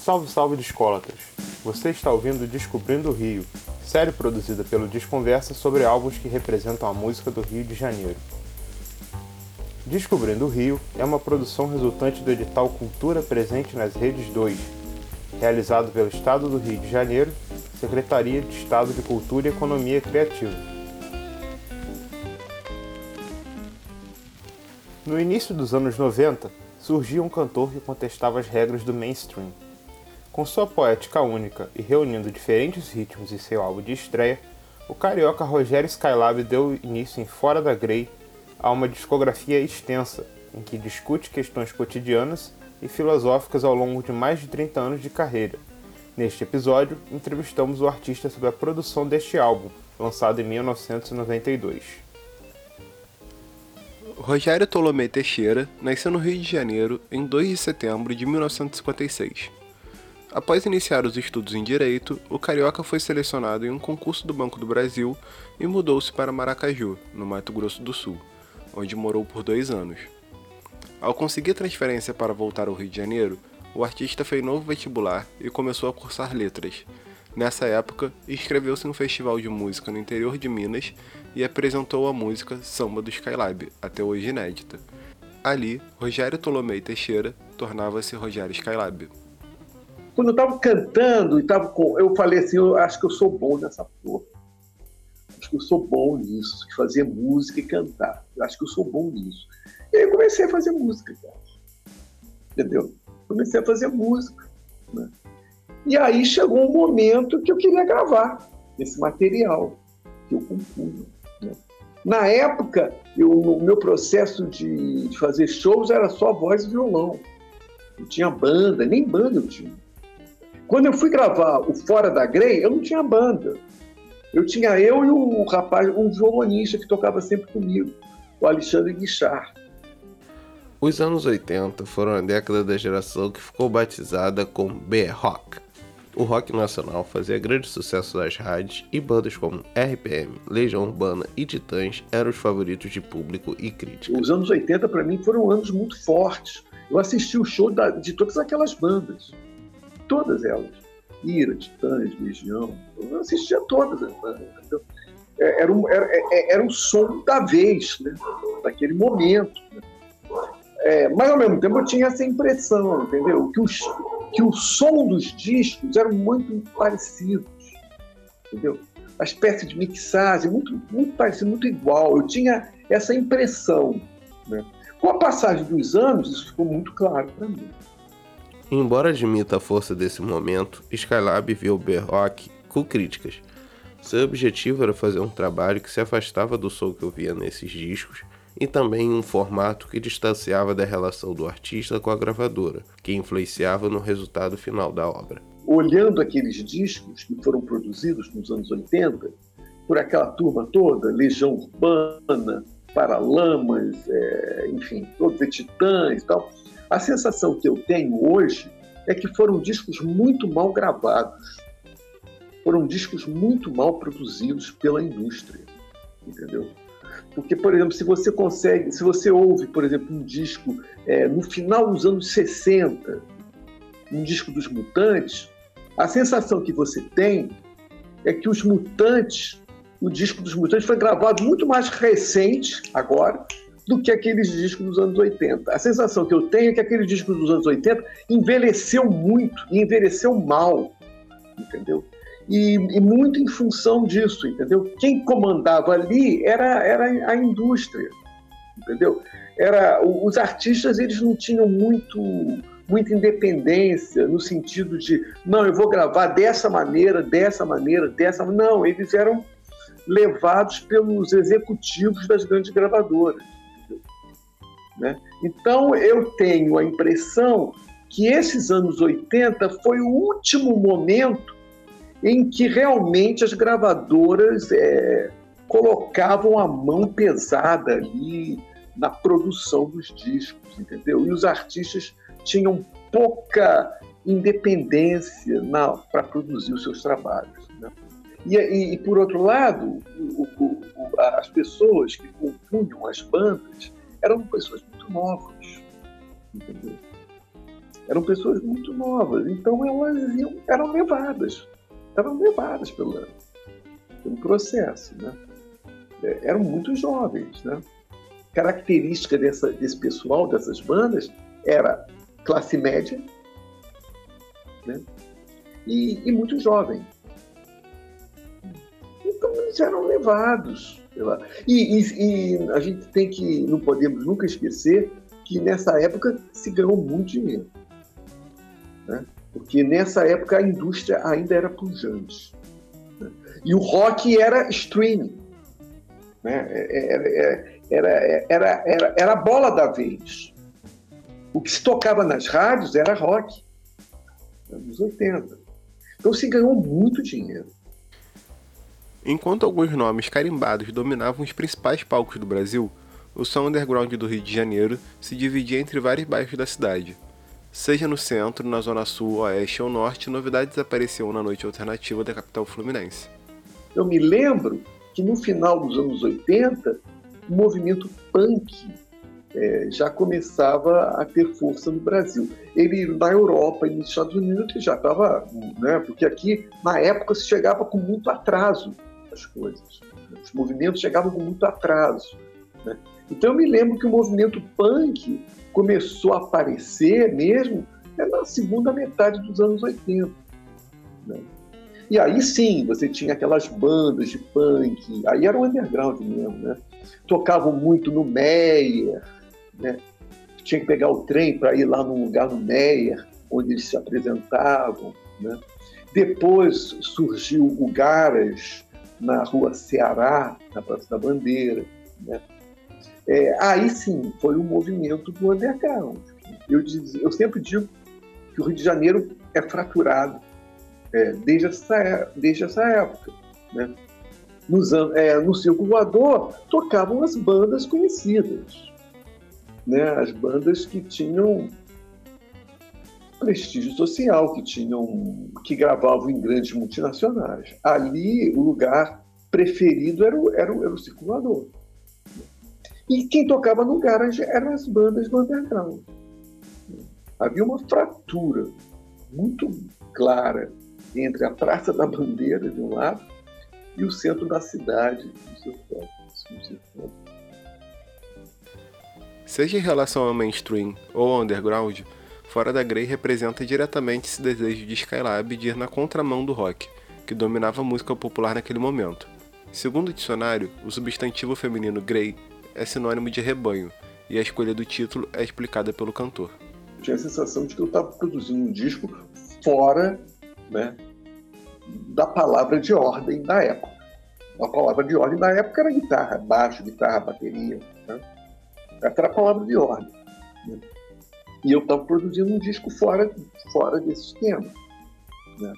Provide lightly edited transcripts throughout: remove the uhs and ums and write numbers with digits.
Salve, salve discólatras! Você está ouvindo Descobrindo o Rio, série produzida pelo Desconversa sobre álbuns que representam a música do Rio de Janeiro. Descobrindo o Rio é uma produção resultante do edital Cultura Presente nas Redes 2, realizado pelo Estado do Rio de Janeiro, Secretaria de Estado de Cultura e Economia Criativa. No início dos anos 90, surgia um cantor que contestava as regras do mainstream. Com sua poética única e reunindo diferentes ritmos em seu álbum de estreia, o carioca Rogério Skylab deu início em Fora da Grey a uma discografia extensa, em que discute questões cotidianas e filosóficas ao longo de mais de 30 anos de carreira. Neste episódio, entrevistamos o artista sobre a produção deste álbum, lançado em 1992. Rogério Tolomei Teixeira nasceu no Rio de Janeiro em 2 de setembro de 1956. Após iniciar os estudos em Direito, o carioca foi selecionado em um concurso do Banco do Brasil e mudou-se para Maracaju, no Mato Grosso do Sul, onde morou por 2 anos. Ao conseguir transferência para voltar ao Rio de Janeiro, o artista fez novo vestibular e começou a cursar letras. Nessa época, inscreveu-se em um festival de música no interior de Minas e apresentou a música Samba do Skylab, até hoje inédita. Ali, Rogério Tolomei Teixeira tornava-se Rogério Skylab. Quando eu estava cantando, eu falei assim, eu acho que eu sou bom nessa porra. Acho que eu sou bom nisso, de fazer música e cantar. Eu acho que eu sou bom nisso. E aí eu comecei a fazer música, cara. Entendeu? Comecei a fazer música, né? E aí chegou um momento que eu queria gravar esse material que eu compunha, né? Na época, o meu processo de fazer shows era só voz e violão. Não tinha banda, nem banda eu tinha. Quando eu fui gravar o Fora da Grey, eu não tinha banda. Eu tinha eu e um rapaz, um violonista que tocava sempre comigo, o Alexandre Guichard. Os anos 80 foram a década da geração que ficou batizada com B-Rock. O rock nacional fazia grande sucesso nas rádios e bandas como RPM, Legião Urbana e Titãs eram os favoritos de público e crítica. Os anos 80 para mim foram anos muito fortes. Eu assisti o show de todas aquelas bandas. Todas elas. Ira, Titãs, Legião. Eu assistia todas as bandas. Entendeu? Era um som da vez, né? Daquele momento. Né? Mas, ao mesmo tempo, eu tinha essa impressão, entendeu? Que o som dos discos eram muito parecidos. Entendeu? A espécie de mixagem, muito, muito parecido, muito igual. Eu tinha essa impressão. Né? Com a passagem dos anos, isso ficou muito claro para mim. Embora admita a força desse momento, Skylab viu o B-Rock com críticas. Seu objetivo era fazer um trabalho que se afastava do som que eu via nesses discos e também em um formato que distanciava da relação do artista com a gravadora, que influenciava no resultado final da obra. Olhando aqueles discos que foram produzidos nos anos 80, por aquela turma toda, Legião Urbana, Paralamas, enfim, todos os Titãs e tal, a sensação que eu tenho hoje é que foram discos muito mal gravados. Foram discos muito mal produzidos pela indústria, entendeu? Porque, por exemplo, se você ouve, por exemplo, um disco no final dos anos 60, um disco dos Mutantes, a sensação que você tem é que os Mutantes, o disco dos Mutantes foi gravado muito mais recente agora do que aqueles discos dos anos 80. A sensação que eu tenho é que aquele disco dos anos 80 envelheceu muito e envelheceu mal, entendeu? E muito em função disso, entendeu? Quem comandava ali era a indústria, entendeu? Os artistas, eles não tinham muita independência no sentido de, não, eu vou gravar dessa maneira. Não, eles eram levados pelos executivos das grandes gravadoras. Né? Então, eu tenho a impressão que esses anos 80 foi o último momento em que realmente as gravadoras colocavam a mão pesada ali na produção dos discos, entendeu? E os artistas tinham pouca independência para produzir os seus trabalhos. Né? E, por outro lado, as pessoas que compunham as bandas eram pessoas muito novas, entendeu? Eram pessoas muito novas, então elas eram levadas pelo processo, né? Eram muito jovens, né? Característica desse pessoal, dessas bandas, era classe média, né? E muito jovem. Então eles eram levados. E a gente não podemos nunca esquecer que nessa época se ganhou muito dinheiro, né? Porque nessa época a indústria ainda era pujante, né? E o rock era streaming, né? Era a bola da vez. O que se tocava nas rádios era rock, nos 80. Então se ganhou muito dinheiro. Enquanto alguns nomes carimbados dominavam os principais palcos do Brasil, o som underground do Rio de Janeiro se dividia entre vários bairros da cidade. Seja no centro, na zona sul, oeste ou norte, novidades apareciam na noite alternativa da capital fluminense. Eu me lembro que no final dos anos 80, o movimento punk já começava a ter força no Brasil. Ele, na Europa e nos Estados Unidos, ele já estava, né, porque aqui, na época, se chegava com muito atraso as coisas. Os movimentos chegavam com muito atraso, né? Então eu me lembro que o movimento punk começou a aparecer mesmo na segunda metade dos anos 80, né? E aí sim, você tinha aquelas bandas de punk, aí era o underground mesmo, né? Tocavam muito no Meyer, né? Tinha que pegar o trem para ir lá num lugar no Meyer, onde eles se apresentavam, né? Depois surgiu o Garage, na Rua Ceará, na Praça da Bandeira, né? Aí sim, foi um movimento do underground. Eu sempre digo que o Rio de Janeiro é fraturado desde essa época, né? No Circo Voador tocavam as bandas conhecidas, né? As bandas que tinham prestígio social, que gravavam em grandes multinacionais. Ali o lugar preferido era o Circo Voador. E quem tocava no garage eram as bandas do underground. Havia uma fratura muito clara entre a Praça da Bandeira, de um lado, e o centro da cidade, do seu próprio. Seja em relação ao mainstream ou ao underground, Fora da Grey representa diretamente esse desejo de Skylab de ir na contramão do rock, que dominava a música popular naquele momento. Segundo o dicionário, o substantivo feminino Grey é sinônimo de rebanho, e a escolha do título é explicada pelo cantor. Eu tinha a sensação de que eu estava produzindo um disco fora, né, da palavra de ordem da época. A palavra de ordem da época era guitarra, baixo, guitarra, bateria, né? Essa era a palavra de ordem, né? E eu estava produzindo um disco fora desse esquema, né?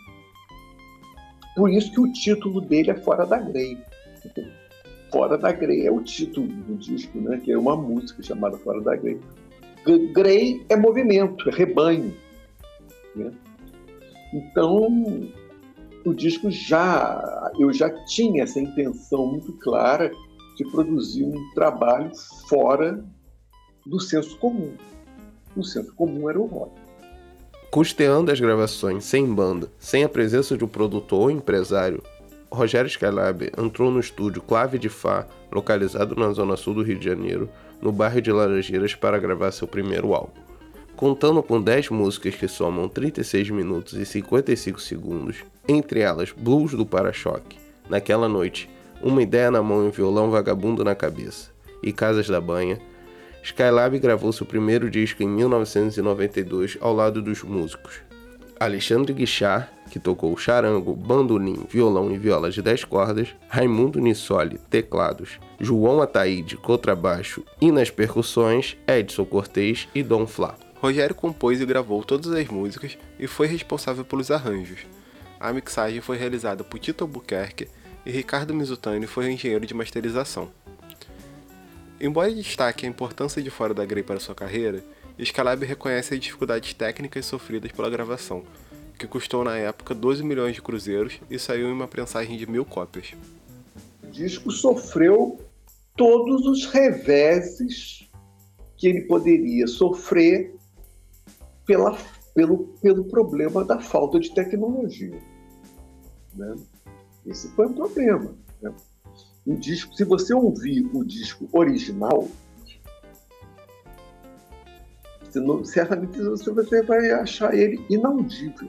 Por isso que o título dele é Fora da Grey. Fora da Grey é o título do disco, né? Que é uma música chamada Fora da Grey. Grey é movimento, é rebanho, né? Então, o disco eu já tinha essa intenção muito clara de produzir um trabalho fora do senso comum. O senso comum era o rock. Custeando as gravações sem banda, sem a presença de um produtor ou empresário, Rogério Skylab entrou no estúdio Clave de Fá, localizado na zona sul do Rio de Janeiro, no bairro de Laranjeiras, para gravar seu primeiro álbum. Contando com 10 músicas que somam 36 minutos e 55 segundos, entre elas Blues do Para-Choque, Naquela Noite, Uma Ideia na Mão e um Violão Vagabundo na Cabeça, e Casas da Banha, Skylab gravou seu primeiro disco em 1992 ao lado dos músicos Alexandre Guichard, que tocou charango, bandolim, violão e viola de 10 cordas, Raimundo Nissoli, teclados, João Ataíde, contrabaixo e nas percussões, Edson Cortez e Dom Flá. Rogério compôs e gravou todas as músicas e foi responsável pelos arranjos. A mixagem foi realizada por Tito Albuquerque e Ricardo Mizutani foi o engenheiro de masterização. Embora destaque a importância de Fora da Grey para sua carreira, Skylab reconhece as dificuldades técnicas sofridas pela gravação, que custou na época 12 milhões de cruzeiros e saiu em uma prensagem de 1000 cópias. O disco sofreu todos os reveses que ele poderia sofrer pela pelo problema da falta de tecnologia, né? Esse foi um problema, né? O disco, se você ouvir o disco original, certamente você vai achar ele inaudível.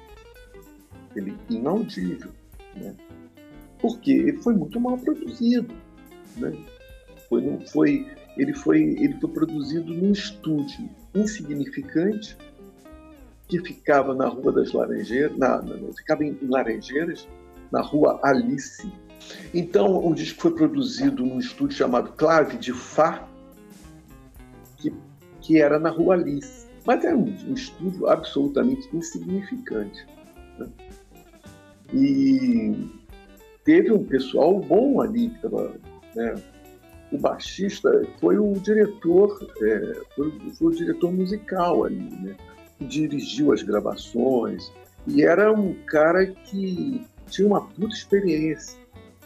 Né? Porque ele foi muito mal produzido, né? Ele foi produzido num estúdio insignificante que ficava na Rua das Laranjeiras, ficava em Laranjeiras, na Rua Alice. Então, o disco foi produzido num estúdio chamado Clave de Fá, que era na Rua Alice. Mas era um estúdio absolutamente insignificante, né? E teve um pessoal bom ali, né? O baixista foi o diretor, foi o diretor musical ali, né? Que dirigiu as gravações, e era um cara que tinha uma puta experiência.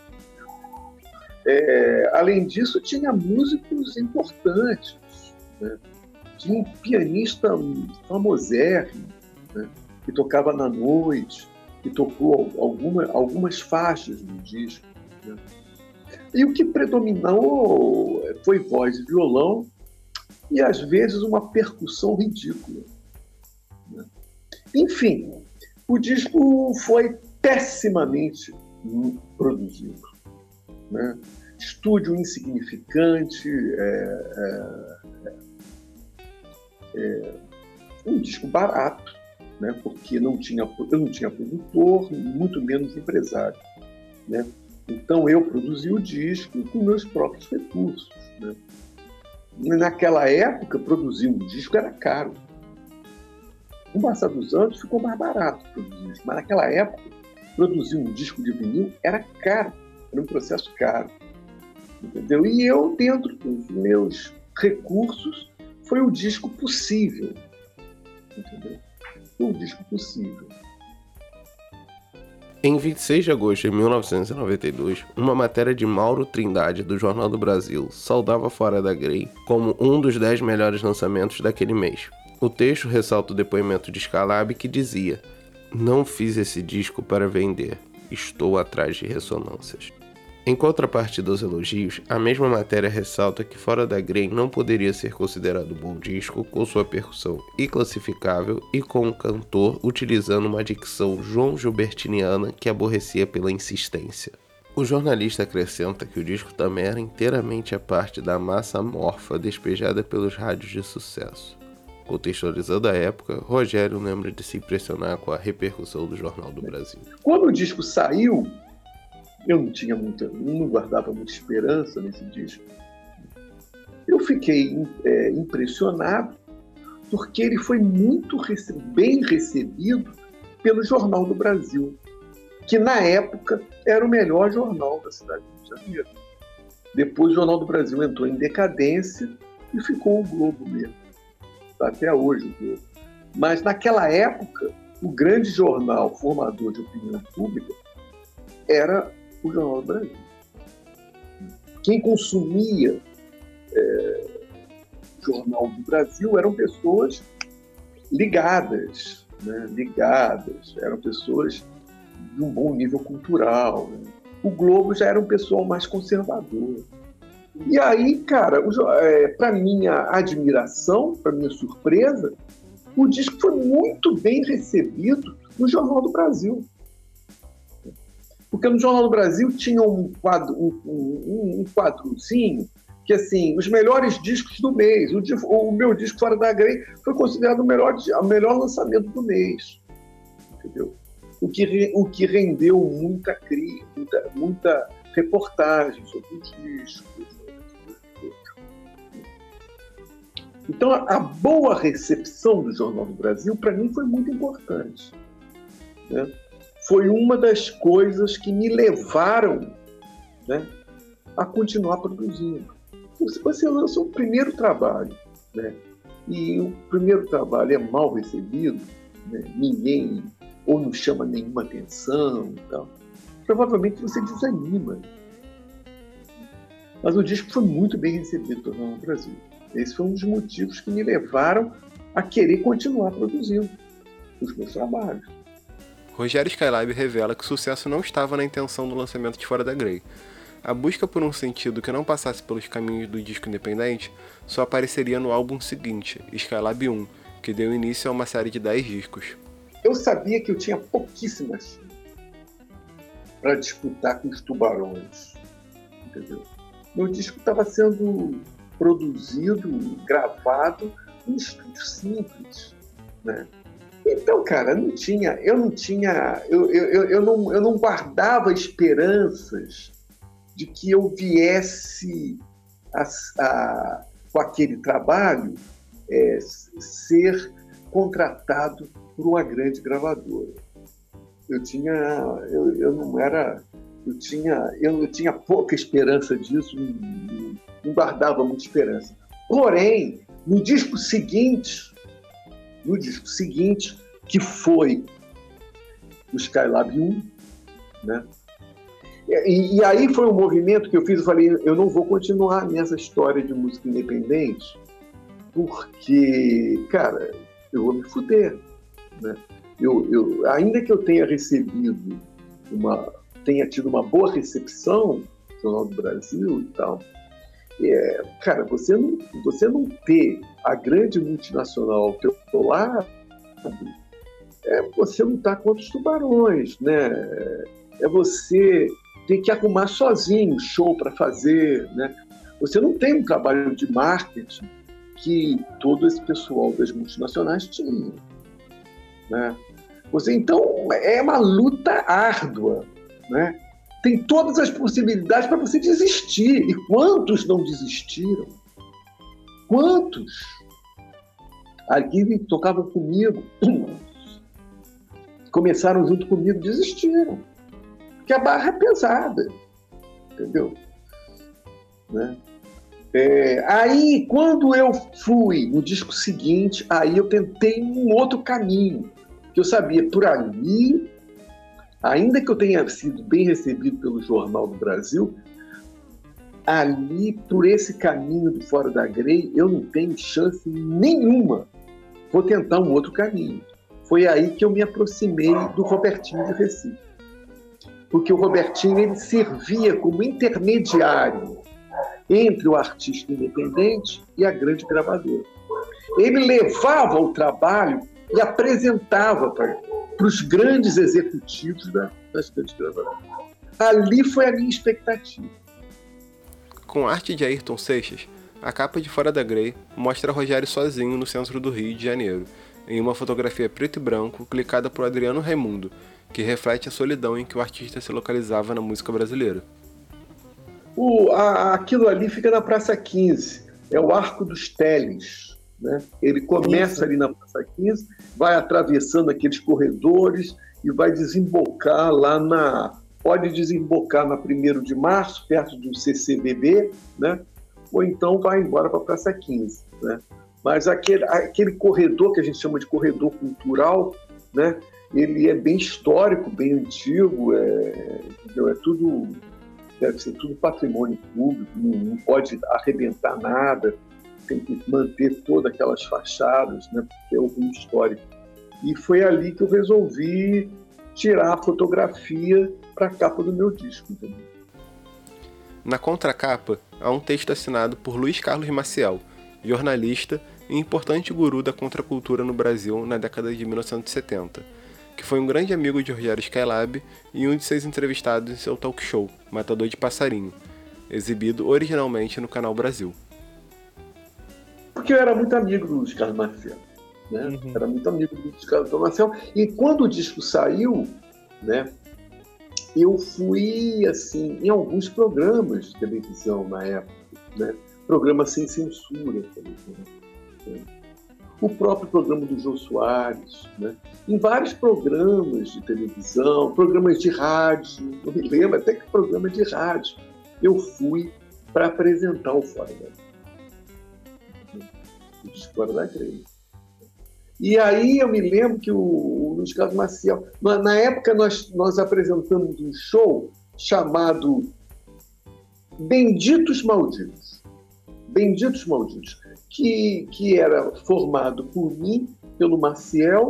Além disso, tinha músicos importantes, né? Tinha um pianista famosérrimo, né? Que tocava na noite, que tocou algumas faixas do disco, né? E o que predominou foi voz e violão e, às vezes, uma percussão ridícula, né? Enfim, o disco foi pessimamente produzido, né? Estúdio insignificante, um disco barato, né? Porque eu não tinha produtor, muito menos empresário, né? Então eu produzi o disco com meus próprios recursos, né? Naquela época, produzir um disco era caro. Com o passar dos anos, ficou mais barato produzir isso. Mas naquela época, produzir um disco de vinil era caro, era um processo caro. Entendeu? E eu, dentro dos meus recursos, foi o disco possível. Entendeu? Foi o disco possível. Em 26 de agosto de 1992, uma matéria de Mauro Trindade, do Jornal do Brasil, saudava Fora da Grey como um dos 10 melhores lançamentos daquele mês. O texto ressalta o depoimento de Skylab, que dizia: "Não fiz esse disco para vender, estou atrás de ressonâncias." Em contrapartida aos elogios, a mesma matéria ressalta que Fora da Grey não poderia ser considerado bom disco com sua percussão inclassificável e com um cantor utilizando uma dicção João Gilbertiniana que aborrecia pela insistência. O jornalista acrescenta que o disco também era inteiramente a parte da massa amorfa despejada pelos rádios de sucesso. Contextualizando a época, Rogério lembra de se impressionar com a repercussão do Jornal do Brasil. Quando o disco saiu, eu não guardava muita esperança nesse disco. Eu fiquei impressionado porque ele foi muito bem recebido pelo Jornal do Brasil, que na época era o melhor jornal da cidade do Rio de Janeiro. Depois o Jornal do Brasil entrou em decadência e ficou o Globo mesmo. Até hoje o Globo. Mas naquela época, o grande jornal formador de opinião pública era o Jornal do Brasil. Quem consumia Jornal do Brasil eram pessoas ligadas, né? Eram pessoas de um bom nível cultural, né? O Globo já era um pessoal mais conservador. E aí, cara, para minha admiração, para minha surpresa, o disco foi muito bem recebido no Jornal do Brasil. Porque no Jornal do Brasil tinha um quadrozinho que, assim, os melhores discos do mês. O meu disco Fora da Grey foi considerado o melhor lançamento do mês. Entendeu? O que rendeu muita reportagem sobre o disco. Então, a boa recepção do Jornal do Brasil, para mim, foi muito importante, né? Foi uma das coisas que me levaram, né, a continuar produzindo. Você lança um primeiro trabalho, né, e o primeiro trabalho é mal recebido, né, ninguém ou não chama nenhuma atenção e tal, provavelmente você desanima. Mas o disco foi muito bem recebido pelo Jornal do Brasil. Esse foi um dos motivos que me levaram a querer continuar produzindo. os meus trabalhos. Rogério Skylab revela que o sucesso não estava na intenção do lançamento de Fora da Grey. A busca por um sentido que não passasse pelos caminhos do disco independente só apareceria no álbum seguinte, Skylab 1, que deu início a uma série de 10 discos. Eu sabia que eu tinha pouquíssimas para disputar com os Tubarões, entendeu? Meu disco estava sendo produzido, gravado em estúdio simples, né? Então, cara, eu não guardava esperanças de que eu viesse com aquele trabalho ser contratado por uma grande gravadora. Eu tinha pouca esperança disso, não guardava muita esperança. Porém, no disco seguinte, que foi o Skylab 1, né? E aí foi um movimento que eu fiz, eu falei, eu não vou continuar nessa história de música independente, porque, cara, eu vou me fuder, né? Ainda que eu tenha tido uma boa recepção no Jornal do Brasil e tal, cara, você não ter a grande multinacional ao teu lado, você lutar contra os tubarões, né? Você ter que arrumar sozinho show para fazer, né? Você não tem um trabalho de marketing que todo esse pessoal das multinacionais tinha, né? Então, é uma luta árdua, né? Tem todas as possibilidades para você desistir. E quantos não desistiram? Quantos? Aqui tocavam comigo, começaram junto comigo, desistiram. Porque a barra é pesada, entendeu? Né? Aí, quando eu fui no disco seguinte, aí eu tentei um outro caminho, que eu sabia, por ali, ainda que eu tenha sido bem recebido pelo Jornal do Brasil, ali, por esse caminho do Fora da Grey, eu não tenho chance nenhuma. Vou tentar um outro caminho. Foi aí que eu me aproximei do Robertinho de Recife. Porque o Robertinho, ele servia como intermediário entre o artista independente e a grande gravadora. Ele levava o trabalho e apresentava para os grandes executivos das grandes gravadoras. Ali foi a minha expectativa. Com arte de Ayrton Seixas, a capa de Fora da Grey mostra Rogério sozinho no centro do Rio de Janeiro, em uma fotografia preto e branco clicada por Adriano Raimundo, que reflete a solidão em que o artista se localizava na música brasileira. Aquilo ali fica na Praça 15, é o Arco dos Teles, né? Ele começa ali na Praça 15, vai atravessando aqueles corredores e vai desembocar pode desembocar na 1º de março, perto do CCBB, né? Ou então vai embora para a Praça 15, né? Mas aquele corredor que a gente chama de corredor cultural, né? Ele é bem histórico, bem antigo, deve ser tudo patrimônio público, não pode arrebentar nada, tem que manter todas aquelas fachadas, né? Porque é o Rio histórico. E foi ali que eu resolvi tirar a fotografia para a capa do meu disco, entendeu? Na contracapa, há um texto assinado por Luiz Carlos Maciel, jornalista e importante guru da contracultura no Brasil na década de 1970, que foi um grande amigo de Rogério Skylab e um de seus entrevistados em seu talk show, Matador de Passarinho, exibido originalmente no Canal Brasil. Porque eu era muito amigo do Luiz Carlos Maciel, né? Uhum. Era muito amigo do Luiz Carlos Maciel. E quando o disco saiu, né, eu fui, assim, em alguns programas de televisão na época, né? Programas sem censura, por exemplo, né? O próprio programa do Jô Soares, né? Em vários programas de televisão, programas de rádio, eu me lembro até que programa de rádio, eu fui para apresentar o Fora da Grey, o disco Fora da Grey. E aí eu me lembro que o Luiz Carlos Maciel, na época nós apresentamos um show chamado Benditos Malditos. Benditos Malditos, que era formado por mim, pelo Maciel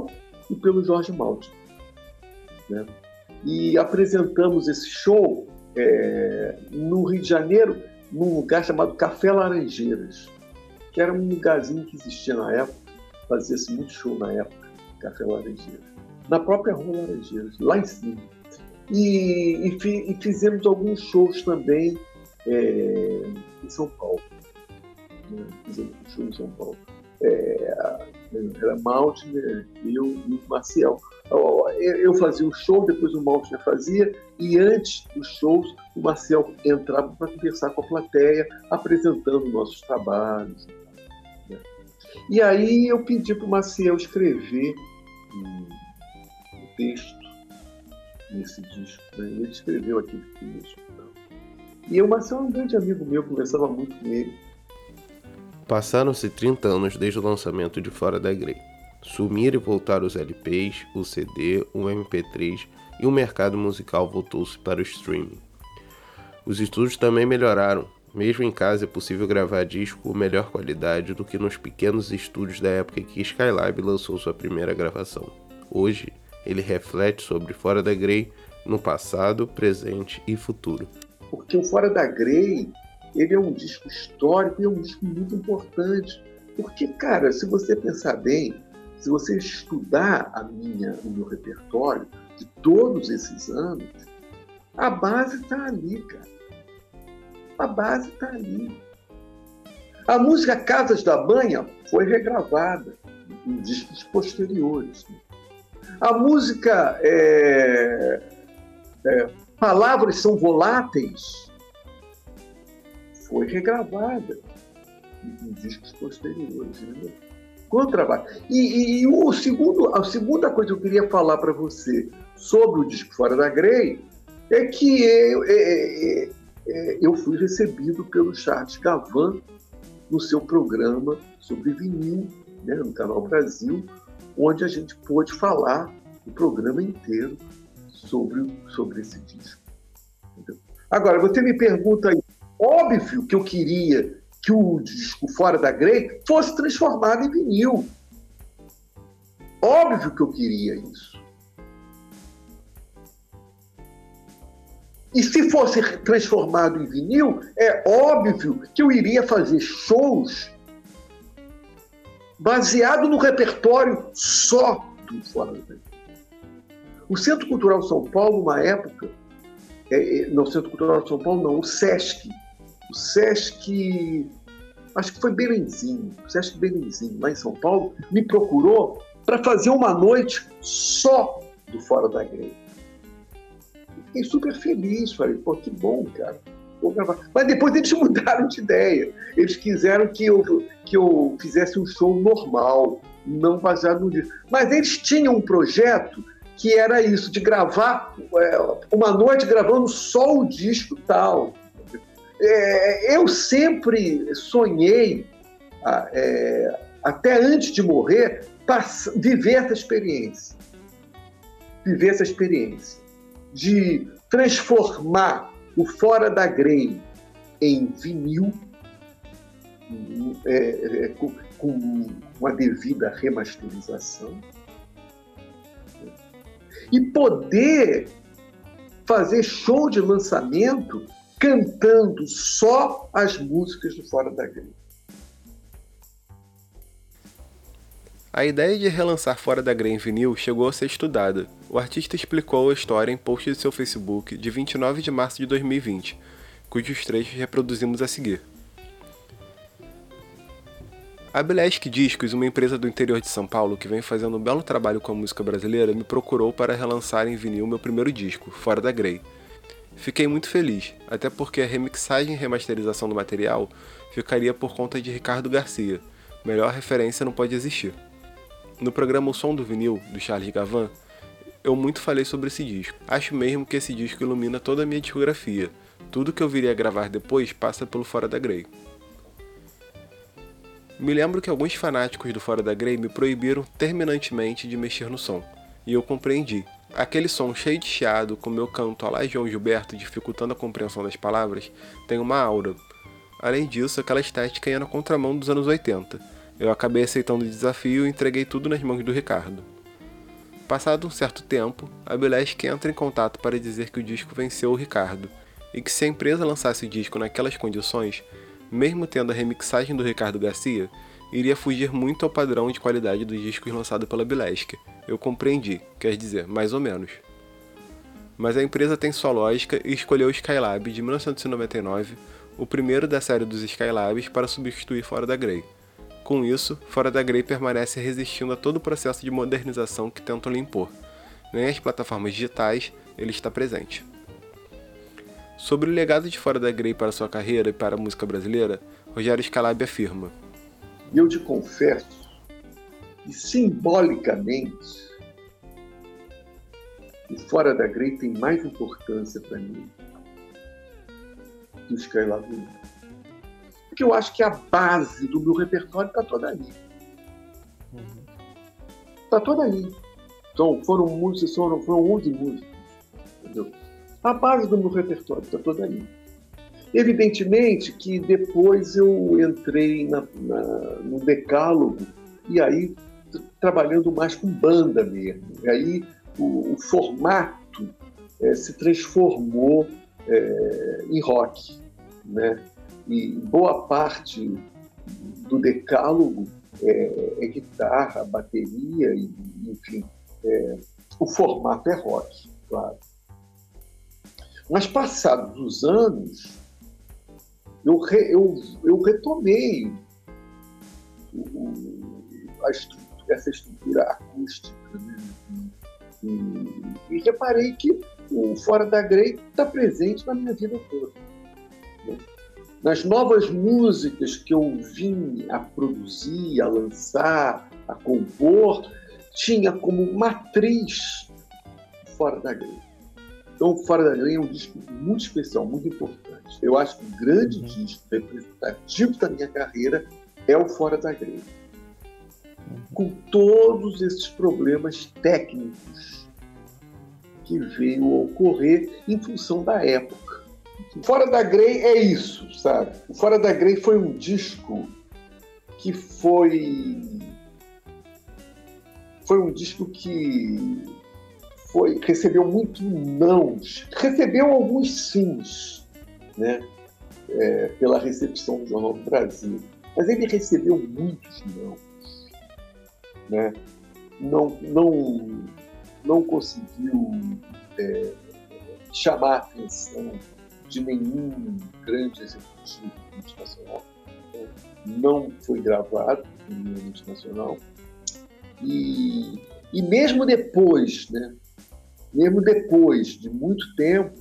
e pelo Jorge Maltner, né? E apresentamos esse show no Rio de Janeiro, num lugar chamado Café Laranjeiras, que era um lugarzinho que existia na época, fazia-se muito show na época, Café Laranjeiras, na própria Rua Laranjeiras, lá em cima. E fizemos alguns shows também em São Paulo. Né? Fizemos um show em São Paulo. Era Maltner, eu e o Maciel. Eu fazia o show, depois o Maltner fazia, e antes dos shows o Maciel entrava para conversar com a plateia, apresentando nossos trabalhos. Né? E aí eu pedi para o Maciel escrever um texto nesse disco. Né? Ele escreveu aquele texto. E o Maciel é um grande amigo meu, conversava muito com ele. Passaram-se 30 anos desde o lançamento de Fora da Grey. Sumiram e voltaram os LPs, o CD, o MP3 e o mercado musical voltou-se para o streaming. Os estúdios também melhoraram. Mesmo em casa é possível gravar disco com melhor qualidade do que nos pequenos estúdios da época em que Skylab lançou sua primeira gravação. Hoje, ele reflete sobre Fora da Grey no passado, presente e futuro. Porque o Fora da Grey, ele é um disco histórico e é um disco muito importante. Porque, cara, se você pensar bem, se você estudar o meu repertório de todos esses anos, a base está ali, cara. A base está ali. A música Casas da Banha foi regravada em discos posteriores. A música Palavras São Voláteis foi regravada em discos posteriores. Né? Contrabaixo. E a segunda coisa que eu queria falar para você sobre o disco Fora da Grey é que eu fui recebido pelo Charles Gavin no seu programa sobre vinil, né, no Canal Brasil, onde a gente pôde falar o programa inteiro sobre esse disco. Entendeu? Agora, você me pergunta aí, óbvio que eu queria que o disco Fora da Grey fosse transformado em vinil. Óbvio que eu queria isso. E se fosse transformado em vinil, é óbvio que eu iria fazer shows baseado no repertório só do Fora da Grey. O Centro Cultural São Paulo, uma época, não, o Centro Cultural São Paulo não, o Sesc, acho que foi Belenzinho, o Sesc Belenzinho, lá em São Paulo, me procurou para fazer uma noite só do Fora da Grey. Fiquei super feliz, falei, pô, que bom, cara, vou gravar. Mas depois eles mudaram de ideia, eles quiseram que eu fizesse um show normal, não baseado no disco. Mas eles tinham um projeto que era isso, de gravar uma noite gravando só o disco tal. Eu sempre sonhei, até antes de morrer, viver essa experiência. Viver essa experiência de transformar o Fora da Grey em vinil, com uma devida remasterização, e poder fazer show de lançamento cantando só as músicas do Fora da Grey. A ideia de relançar Fora da Grey em vinil chegou a ser estudada. O artista explicou a história em post de seu Facebook de 29 de março de 2020, cujos trechos reproduzimos a seguir. A Belesc Discos, uma empresa do interior de São Paulo que vem fazendo um belo trabalho com a música brasileira, me procurou para relançar em vinil meu primeiro disco, Fora da Grey. Fiquei muito feliz, até porque a remixagem e remasterização do material ficaria por conta de Ricardo Garcia. Melhor referência não pode existir. No programa O Som do Vinil, do Charles Gavin, eu muito falei sobre esse disco. Acho mesmo que esse disco ilumina toda a minha discografia. Tudo que eu viria a gravar depois passa pelo Fora da Grey. Me lembro que alguns fanáticos do Fora da Grey me proibiram terminantemente de mexer no som, e eu compreendi. Aquele som cheio de chiado, com meu canto a lá João Gilberto dificultando a compreensão das palavras, tem uma aura. Além disso, aquela estética ia na contramão dos anos 80. Eu acabei aceitando o desafio e entreguei tudo nas mãos do Ricardo. Passado um certo tempo, a Bilesk entra em contato para dizer que o disco venceu o Ricardo, e que se a empresa lançasse o disco naquelas condições, mesmo tendo a remixagem do Ricardo Garcia, iria fugir muito ao padrão de qualidade dos discos lançados pela Bilesk. Eu compreendi, quer dizer, mais ou menos. Mas a empresa tem sua lógica e escolheu o Skylab de 1999, o primeiro da série dos Skylabs, para substituir Fora da Grey. Com isso, Fora da Grey permanece resistindo a todo o processo de modernização que tentam lhe impor. Nem as plataformas digitais ele está presente. Sobre o legado de Fora da Grey para sua carreira e para a música brasileira, Rogério Skylab afirma: E eu te confesso que, simbolicamente, o Fora da Grey tem mais importância para mim que o Skylab. Porque eu acho que a base do meu repertório está toda ali. Está toda ali. Então, foram 11 músicas. Entendeu? A base do meu repertório está toda ali. Evidentemente que depois eu entrei no decálogo e aí trabalhando mais com banda mesmo. E aí o formato se transformou em rock, né? E boa parte do decálogo é guitarra, bateria, e, enfim, o formato é rock, claro. Mas passados os anos, eu retomei essa estrutura acústica, né? E reparei que o Fora da Grey está presente na minha vida toda, né? Nas novas músicas que eu vim a produzir, a lançar, a compor, tinha como matriz Fora da Grey. Então, Fora da Grey é um disco muito especial, muito importante. Eu acho que o grande disco representativo da minha carreira é o Fora da Grey. Com todos esses problemas técnicos que veio a ocorrer em função da época. Fora da Grey é isso, sabe? O Fora da Grey foi um disco que recebeu muito nãos, recebeu alguns sims, né? Pela recepção do Jornal do Brasil, mas ele recebeu muitos nãos, né? Não conseguiu chamar a atenção de nenhum grande executivo multinacional, né? Não foi gravado em nenhuma multinacional e mesmo depois, né? Mesmo depois de muito tempo,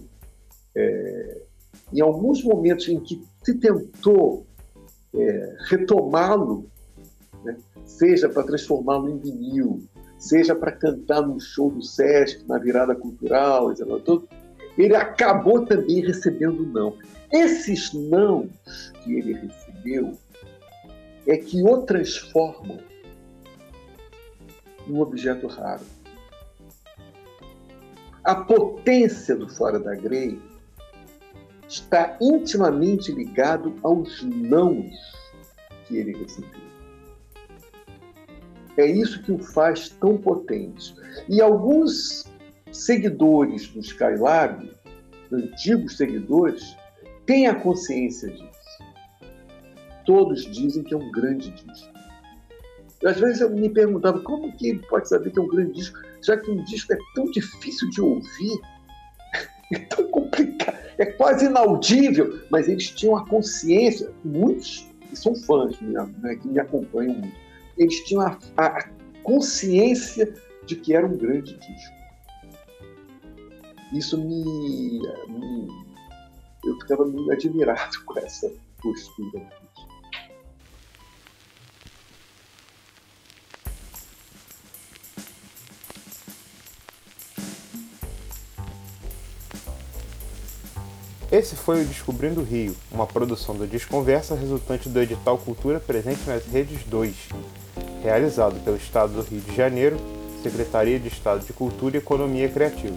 em alguns momentos em que se tentou retomá-lo, né? Seja para transformá-lo em vinil, seja para cantar num show do Sesc, na virada cultural, ele acabou também recebendo não. Esses nãos que ele recebeu é que o transformam num objeto raro. A potência do Fora da Grey está intimamente ligado aos nãos que ele recebeu. É isso que o faz tão potente. E alguns seguidores do Skylab, antigos seguidores, têm a consciência disso. Todos dizem que é um grande disco. Às vezes eu me perguntava como que ele pode saber que é um grande disco, já que um disco é tão difícil de ouvir, é tão complicado, é quase inaudível, mas eles tinham a consciência, muitos, que são fãs, né, que me acompanham muito, eles tinham a consciência de que era um grande disco. Isso eu ficava muito admirado com essa postura. Esse foi o Descobrindo o Rio, uma produção do Desconversa resultante do edital Cultura Presente nas Redes 2, realizado pelo Estado do Rio de Janeiro, Secretaria de Estado de Cultura e Economia Criativa.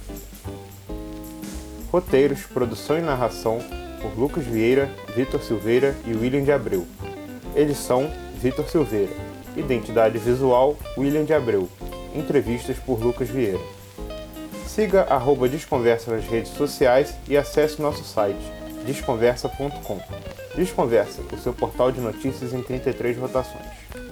Roteiros, produção e narração por Lucas Vieira, Vitor Silveira e William de Abreu. Edição, Vitor Silveira. Identidade visual, William de Abreu. entrevistas por Lucas Vieira. Siga @Desconversa nas redes sociais e acesse nosso site, desconversa.com. Desconversa, o seu portal de notícias em 33 rotações.